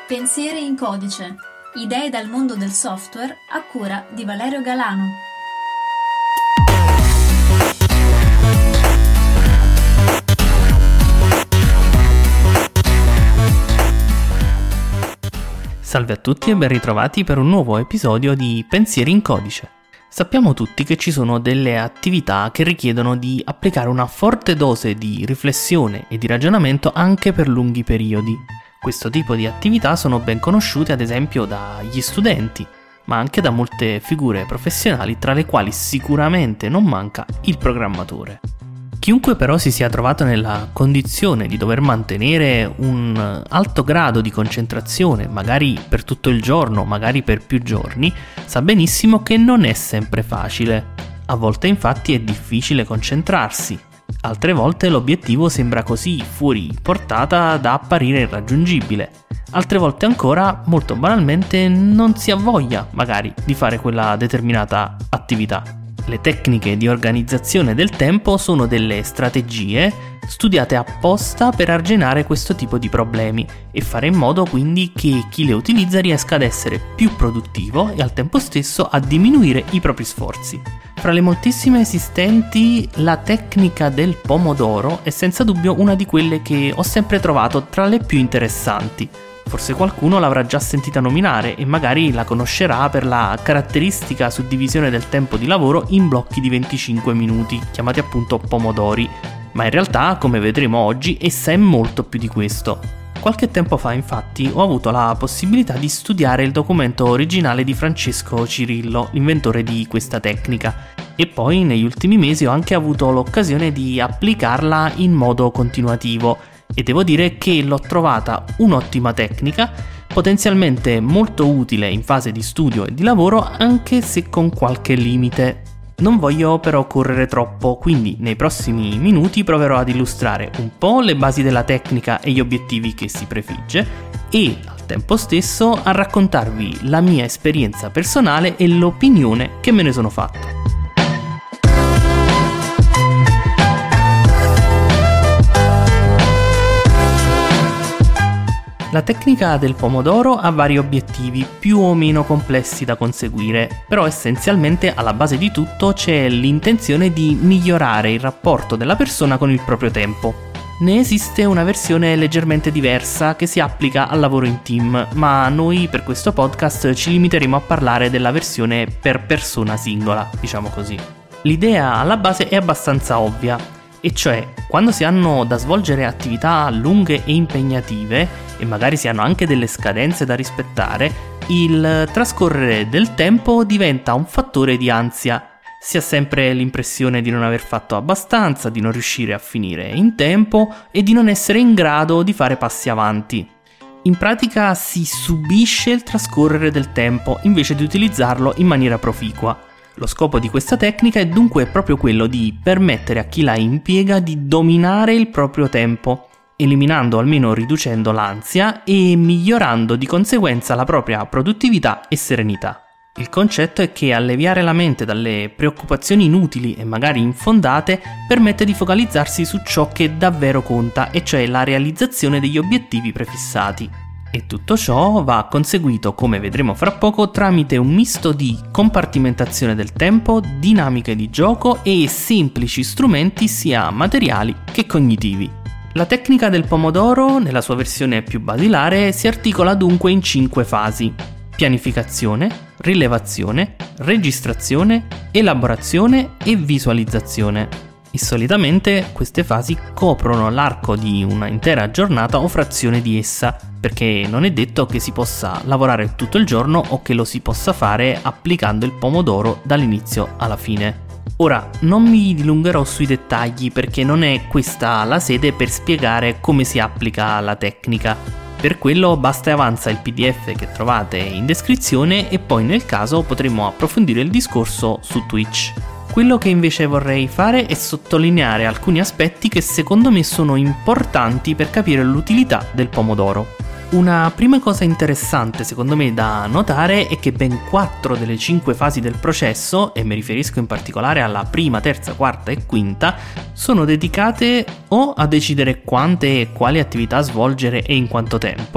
Pensieri in codice. Idee dal mondo del software a cura di Valerio Galano. Salve a tutti e ben ritrovati per un nuovo episodio di Pensieri in codice. Sappiamo tutti che ci sono delle attività che richiedono di applicare una forte dose di riflessione e di ragionamento anche per lunghi periodi. Questo tipo di attività sono ben conosciute ad esempio dagli studenti, ma anche da molte figure professionali, tra le quali sicuramente non manca il programmatore. Chiunque però si sia trovato nella condizione di dover mantenere un alto grado di concentrazione, magari per tutto il giorno, magari per più giorni, sa benissimo che non è sempre facile. A volte infatti è difficile concentrarsi. Altre volte l'obiettivo sembra così fuori portata da apparire irraggiungibile. Altre volte ancora, molto banalmente, non si ha voglia magari di fare quella determinata attività. Le tecniche di organizzazione del tempo sono delle strategie studiate apposta per arginare questo tipo di problemi e fare in modo quindi che chi le utilizza riesca ad essere più produttivo e al tempo stesso a diminuire i propri sforzi. Fra le moltissime esistenti, la tecnica del pomodoro è senza dubbio una di quelle che ho sempre trovato tra le più interessanti. Forse qualcuno l'avrà già sentita nominare e magari la conoscerà per la caratteristica suddivisione del tempo di lavoro in blocchi di 25 minuti, chiamati appunto pomodori. Ma in realtà, come vedremo oggi, essa è molto più di questo. Qualche tempo fa, infatti, ho avuto la possibilità di studiare il documento originale di Francesco Cirillo, l'inventore di questa tecnica, e poi negli ultimi mesi ho anche avuto l'occasione di applicarla in modo continuativo. E devo dire che l'ho trovata un'ottima tecnica, potenzialmente molto utile in fase di studio e di lavoro, anche se con qualche limite. Non voglio però correre troppo, quindi nei prossimi minuti proverò ad illustrare un po' le basi della tecnica e gli obiettivi che si prefigge e al tempo stesso a raccontarvi la mia esperienza personale e l'opinione che me ne sono fatta. La tecnica del pomodoro ha vari obiettivi più o meno complessi da conseguire, però essenzialmente alla base di tutto c'è l'intenzione di migliorare il rapporto della persona con il proprio tempo. Ne esiste una versione leggermente diversa che si applica al lavoro in team, ma noi per questo podcast ci limiteremo a parlare della versione per persona singola, diciamo così. L'idea alla base è abbastanza ovvia. E cioè, quando si hanno da svolgere attività lunghe e impegnative, e magari si hanno anche delle scadenze da rispettare, il trascorrere del tempo diventa un fattore di ansia. Si ha sempre l'impressione di non aver fatto abbastanza, di non riuscire a finire in tempo e di non essere in grado di fare passi avanti. In pratica si subisce il trascorrere del tempo invece di utilizzarlo in maniera proficua. Lo scopo di questa tecnica è dunque proprio quello di permettere a chi la impiega di dominare il proprio tempo, eliminando o almeno riducendo l'ansia e migliorando di conseguenza la propria produttività e serenità. Il concetto è che alleviare la mente dalle preoccupazioni inutili e magari infondate permette di focalizzarsi su ciò che davvero conta, e cioè la realizzazione degli obiettivi prefissati. E tutto ciò va conseguito, come vedremo fra poco, tramite un misto di compartimentazione del tempo, dinamiche di gioco e semplici strumenti sia materiali che cognitivi. La tecnica del pomodoro, nella sua versione più basilare, si articola dunque in 5 fasi: pianificazione, rilevazione, registrazione, elaborazione e visualizzazione. E solitamente queste fasi coprono l'arco di una intera giornata o frazione di essa, perché non è detto che si possa lavorare tutto il giorno o che lo si possa fare applicando il pomodoro dall'inizio alla fine. Ora, non mi dilungherò sui dettagli perché non è questa la sede per spiegare come si applica la tecnica. Per quello basta e avanza il PDF che trovate in descrizione e poi nel caso potremo approfondire il discorso su Twitch. Quello che invece vorrei fare è sottolineare alcuni aspetti che secondo me sono importanti per capire l'utilità del pomodoro. Una prima cosa interessante secondo me da notare è che ben 4 delle 5 fasi del processo, e mi riferisco in particolare alla prima, terza, quarta e quinta, sono dedicate o a decidere quante e quali attività svolgere e in quanto tempo,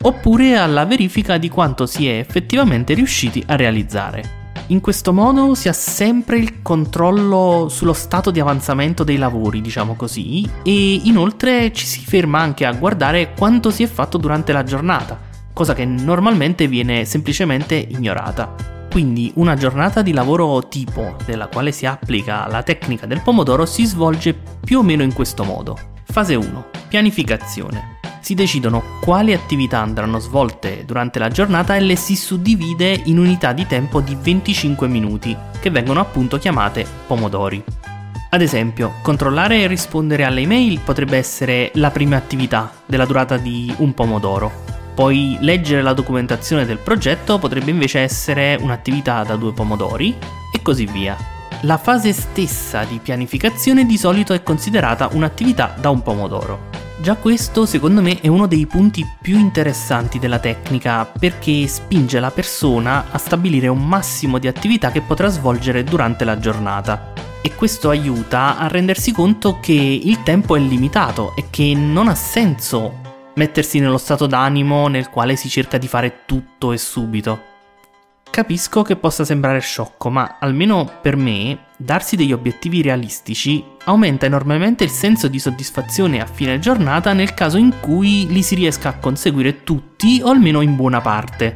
oppure alla verifica di quanto si è effettivamente riusciti a realizzare. In questo modo si ha sempre il controllo sullo stato di avanzamento dei lavori, diciamo così, e inoltre ci si ferma anche a guardare quanto si è fatto durante la giornata, cosa che normalmente viene semplicemente ignorata. Quindi una giornata di lavoro tipo, della quale si applica la tecnica del pomodoro, si svolge più o meno in questo modo. Fase 1. Pianificazione. Si decidono quali attività andranno svolte durante la giornata e le si suddivide in unità di tempo di 25 minuti, che vengono appunto chiamate pomodori. Ad esempio, controllare e rispondere alle email potrebbe essere la prima attività della durata di un pomodoro. Poi leggere la documentazione del progetto potrebbe invece essere un'attività da 2 pomodori e così via. La fase stessa di pianificazione di solito è considerata un'attività da un pomodoro. Già questo secondo me è uno dei punti più interessanti della tecnica, perché spinge la persona a stabilire un massimo di attività che potrà svolgere durante la giornata. E questo aiuta a rendersi conto che il tempo è limitato e che non ha senso mettersi nello stato d'animo nel quale si cerca di fare tutto e subito. Capisco che possa sembrare sciocco, ma almeno per me, darsi degli obiettivi realistici aumenta enormemente il senso di soddisfazione a fine giornata nel caso in cui li si riesca a conseguire tutti o almeno in buona parte.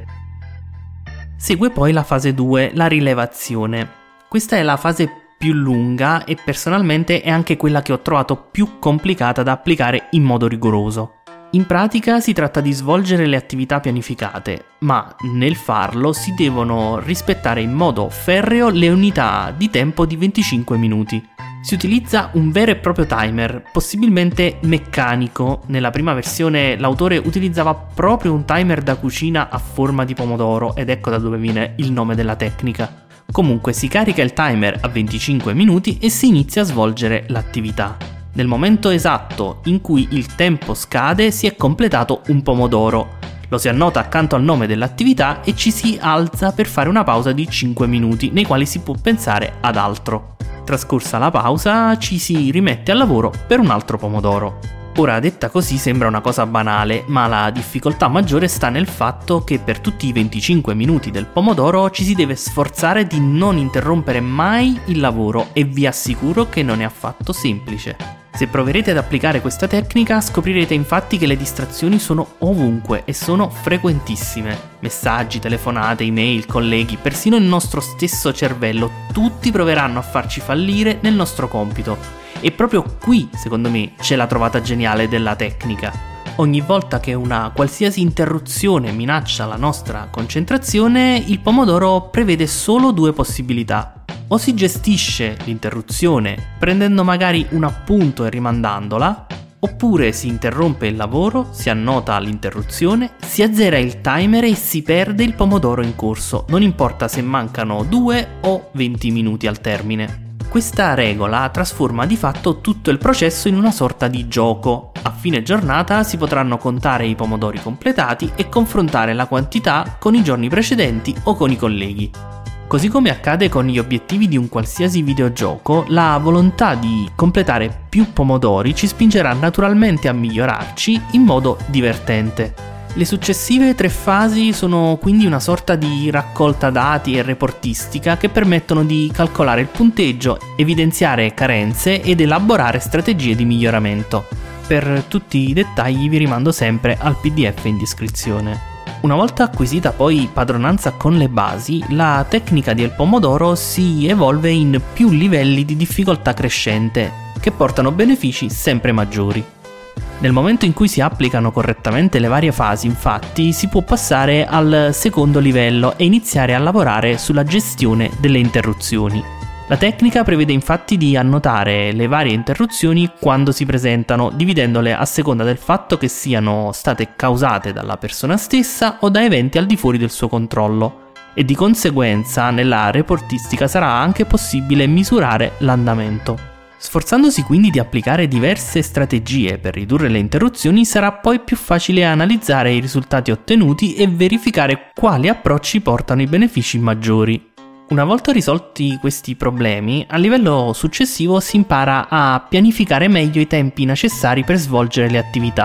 Segue poi la fase 2, la rilevazione. Questa è la fase più lunga e personalmente è anche quella che ho trovato più complicata da applicare in modo rigoroso. In pratica si tratta di svolgere le attività pianificate, ma nel farlo si devono rispettare in modo ferreo le unità di tempo di 25 minuti. Si utilizza un vero e proprio timer, possibilmente meccanico. Nella prima versione l'autore utilizzava proprio un timer da cucina a forma di pomodoro, ed ecco da dove viene il nome della tecnica. Comunque si carica il timer a 25 minuti e si inizia a svolgere l'attività. Nel momento esatto in cui il tempo scade si è completato un pomodoro. Lo si annota accanto al nome dell'attività e ci si alza per fare una pausa di 5 minuti nei quali si può pensare ad altro. Trascorsa la pausa ci si rimette al lavoro per un altro pomodoro. Ora, detta così sembra una cosa banale, ma la difficoltà maggiore sta nel fatto che per tutti i 25 minuti del pomodoro ci si deve sforzare di non interrompere mai il lavoro, e vi assicuro che non è affatto semplice. Se proverete ad applicare questa tecnica scoprirete infatti che le distrazioni sono ovunque e sono frequentissime. Messaggi, telefonate, email, colleghi, persino il nostro stesso cervello, tutti proveranno a farci fallire nel nostro compito. E proprio qui, secondo me, c'è la trovata geniale della tecnica. Ogni volta che una qualsiasi interruzione minaccia la nostra concentrazione, il pomodoro prevede solo 2 possibilità. O si gestisce l'interruzione prendendo magari un appunto e rimandandola, oppure si interrompe il lavoro, si annota l'interruzione, si azzera il timer e si perde il pomodoro in corso, non importa se mancano 2 o 20 minuti al termine. Questa regola trasforma di fatto tutto il processo in una sorta di gioco. A fine giornata si potranno contare i pomodori completati e confrontare la quantità con i giorni precedenti o con i colleghi. Così come accade con gli obiettivi di un qualsiasi videogioco, la volontà di completare più pomodori ci spingerà naturalmente a migliorarci in modo divertente. Le successive 3 fasi sono quindi una sorta di raccolta dati e reportistica che permettono di calcolare il punteggio, evidenziare carenze ed elaborare strategie di miglioramento. Per tutti i dettagli vi rimando sempre al PDF in descrizione. Una volta acquisita poi padronanza con le basi, la tecnica del pomodoro si evolve in più livelli di difficoltà crescente, che portano benefici sempre maggiori. Nel momento in cui si applicano correttamente le varie fasi, infatti, si può passare al secondo livello e iniziare a lavorare sulla gestione delle interruzioni. La tecnica prevede infatti di annotare le varie interruzioni quando si presentano, dividendole a seconda del fatto che siano state causate dalla persona stessa o da eventi al di fuori del suo controllo, e di conseguenza nella reportistica sarà anche possibile misurare l'andamento. Sforzandosi quindi di applicare diverse strategie per ridurre le interruzioni, sarà poi più facile analizzare i risultati ottenuti e verificare quali approcci portano i benefici maggiori. Una volta risolti questi problemi, a livello successivo si impara a pianificare meglio i tempi necessari per svolgere le attività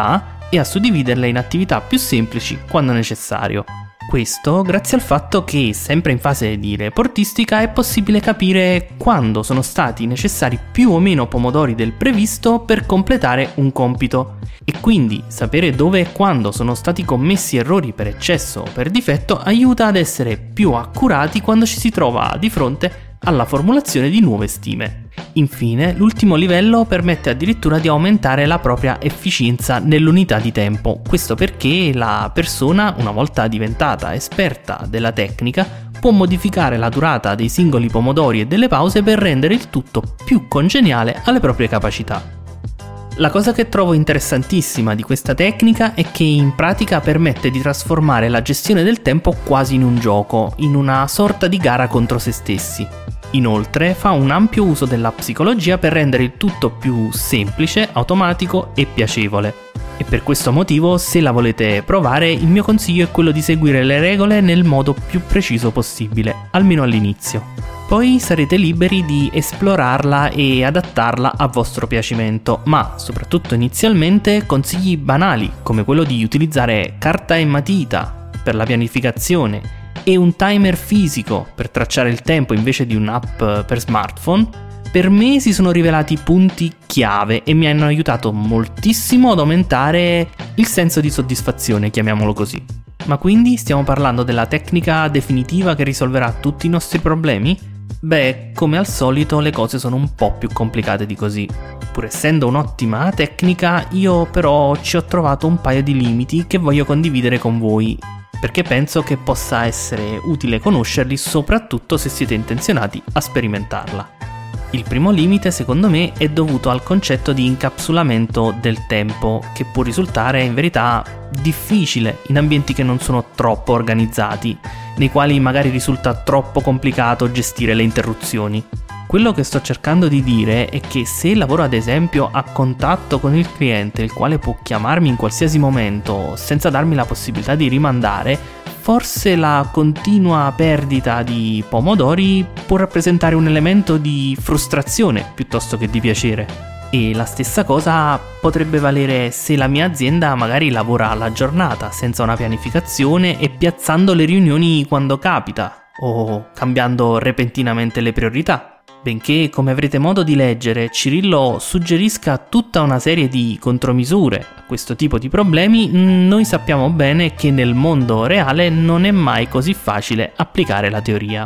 e a suddividerle in attività più semplici quando necessario. Questo grazie al fatto che, sempre in fase di reportistica, è possibile capire quando sono stati necessari più o meno pomodori del previsto per completare un compito, e quindi sapere dove e quando sono stati commessi errori per eccesso o per difetto aiuta ad essere più accurati quando ci si trova di fronte alla formulazione di nuove stime. Infine, l'ultimo livello permette addirittura di aumentare la propria efficienza nell'unità di tempo. Questo perché la persona, una volta diventata esperta della tecnica, può modificare la durata dei singoli pomodori e delle pause per rendere il tutto più congeniale alle proprie capacità. La cosa che trovo interessantissima di questa tecnica è che in pratica permette di trasformare la gestione del tempo quasi in un gioco, in una sorta di gara contro se stessi. Inoltre fa un ampio uso della psicologia per rendere il tutto più semplice, automatico e piacevole. E per questo motivo, se la volete provare, il mio consiglio è quello di seguire le regole nel modo più preciso possibile, almeno all'inizio. Poi sarete liberi di esplorarla e adattarla a vostro piacimento, ma soprattutto inizialmente consigli banali come quello di utilizzare carta e matita per la pianificazione e un timer fisico per tracciare il tempo invece di un'app per smartphone, per me si sono rivelati punti chiave e mi hanno aiutato moltissimo ad aumentare il senso di soddisfazione, chiamiamolo così. Ma quindi stiamo parlando della tecnica definitiva che risolverà tutti i nostri problemi? Beh, come al solito le cose sono un po' più complicate di così. Pur essendo un'ottima tecnica, io però ci ho trovato un paio di limiti che voglio condividere con voi, perché penso che possa essere utile conoscerli soprattutto se siete intenzionati a sperimentarla. Il primo limite, secondo me, è dovuto al concetto di incapsulamento del tempo, che può risultare in verità difficile in ambienti che non sono troppo organizzati, nei quali magari risulta troppo complicato gestire le interruzioni. Quello che sto cercando di dire è che se lavoro ad esempio a contatto con il cliente, il quale può chiamarmi in qualsiasi momento senza darmi la possibilità di rimandare, forse la continua perdita di pomodori può rappresentare un elemento di frustrazione piuttosto che di piacere. E la stessa cosa potrebbe valere se la mia azienda magari lavora alla giornata senza una pianificazione e piazzando le riunioni quando capita o cambiando repentinamente le priorità. Benché, come avrete modo di leggere, Cirillo suggerisca tutta una serie di contromisure a questo tipo di problemi, noi sappiamo bene che nel mondo reale non è mai così facile applicare la teoria.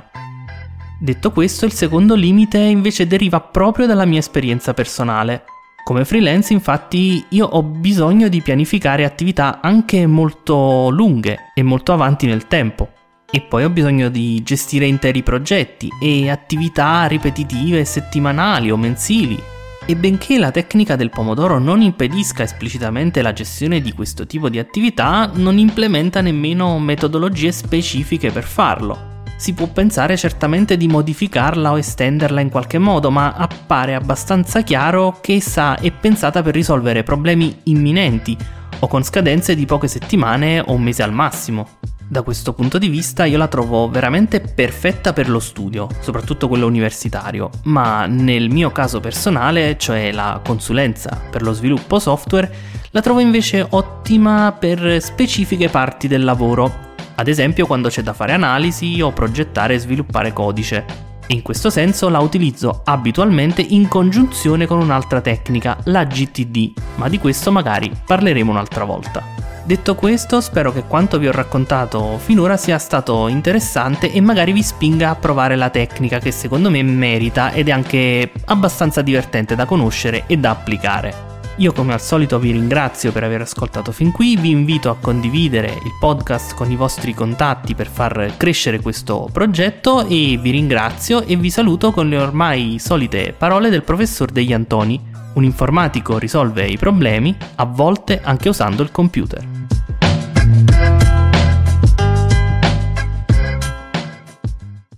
Detto questo, il secondo limite invece deriva proprio dalla mia esperienza personale. Come freelance, infatti, io ho bisogno di pianificare attività anche molto lunghe e molto avanti nel tempo. E poi ho bisogno di gestire interi progetti e attività ripetitive settimanali o mensili. E benché la tecnica del pomodoro non impedisca esplicitamente la gestione di questo tipo di attività, non implementa nemmeno metodologie specifiche per farlo. Si può pensare certamente di modificarla o estenderla in qualche modo, ma appare abbastanza chiaro che essa è pensata per risolvere problemi imminenti o con scadenze di poche settimane o un mese al massimo. Da questo punto di vista io la trovo veramente perfetta per lo studio, soprattutto quello universitario, ma nel mio caso personale, cioè la consulenza per lo sviluppo software, la trovo invece ottima per specifiche parti del lavoro, ad esempio quando c'è da fare analisi o progettare e sviluppare codice. E in questo senso la utilizzo abitualmente in congiunzione con un'altra tecnica, la GTD, ma di questo magari parleremo un'altra volta. Detto questo, spero che quanto vi ho raccontato finora sia stato interessante e magari vi spinga a provare la tecnica che secondo me merita ed è anche abbastanza divertente da conoscere e da applicare. Io come al solito vi ringrazio per aver ascoltato fin qui, vi invito a condividere il podcast con i vostri contatti per far crescere questo progetto e vi ringrazio e vi saluto con le ormai solite parole del professor Degli Antoni. Un informatico risolve i problemi, a volte anche usando il computer.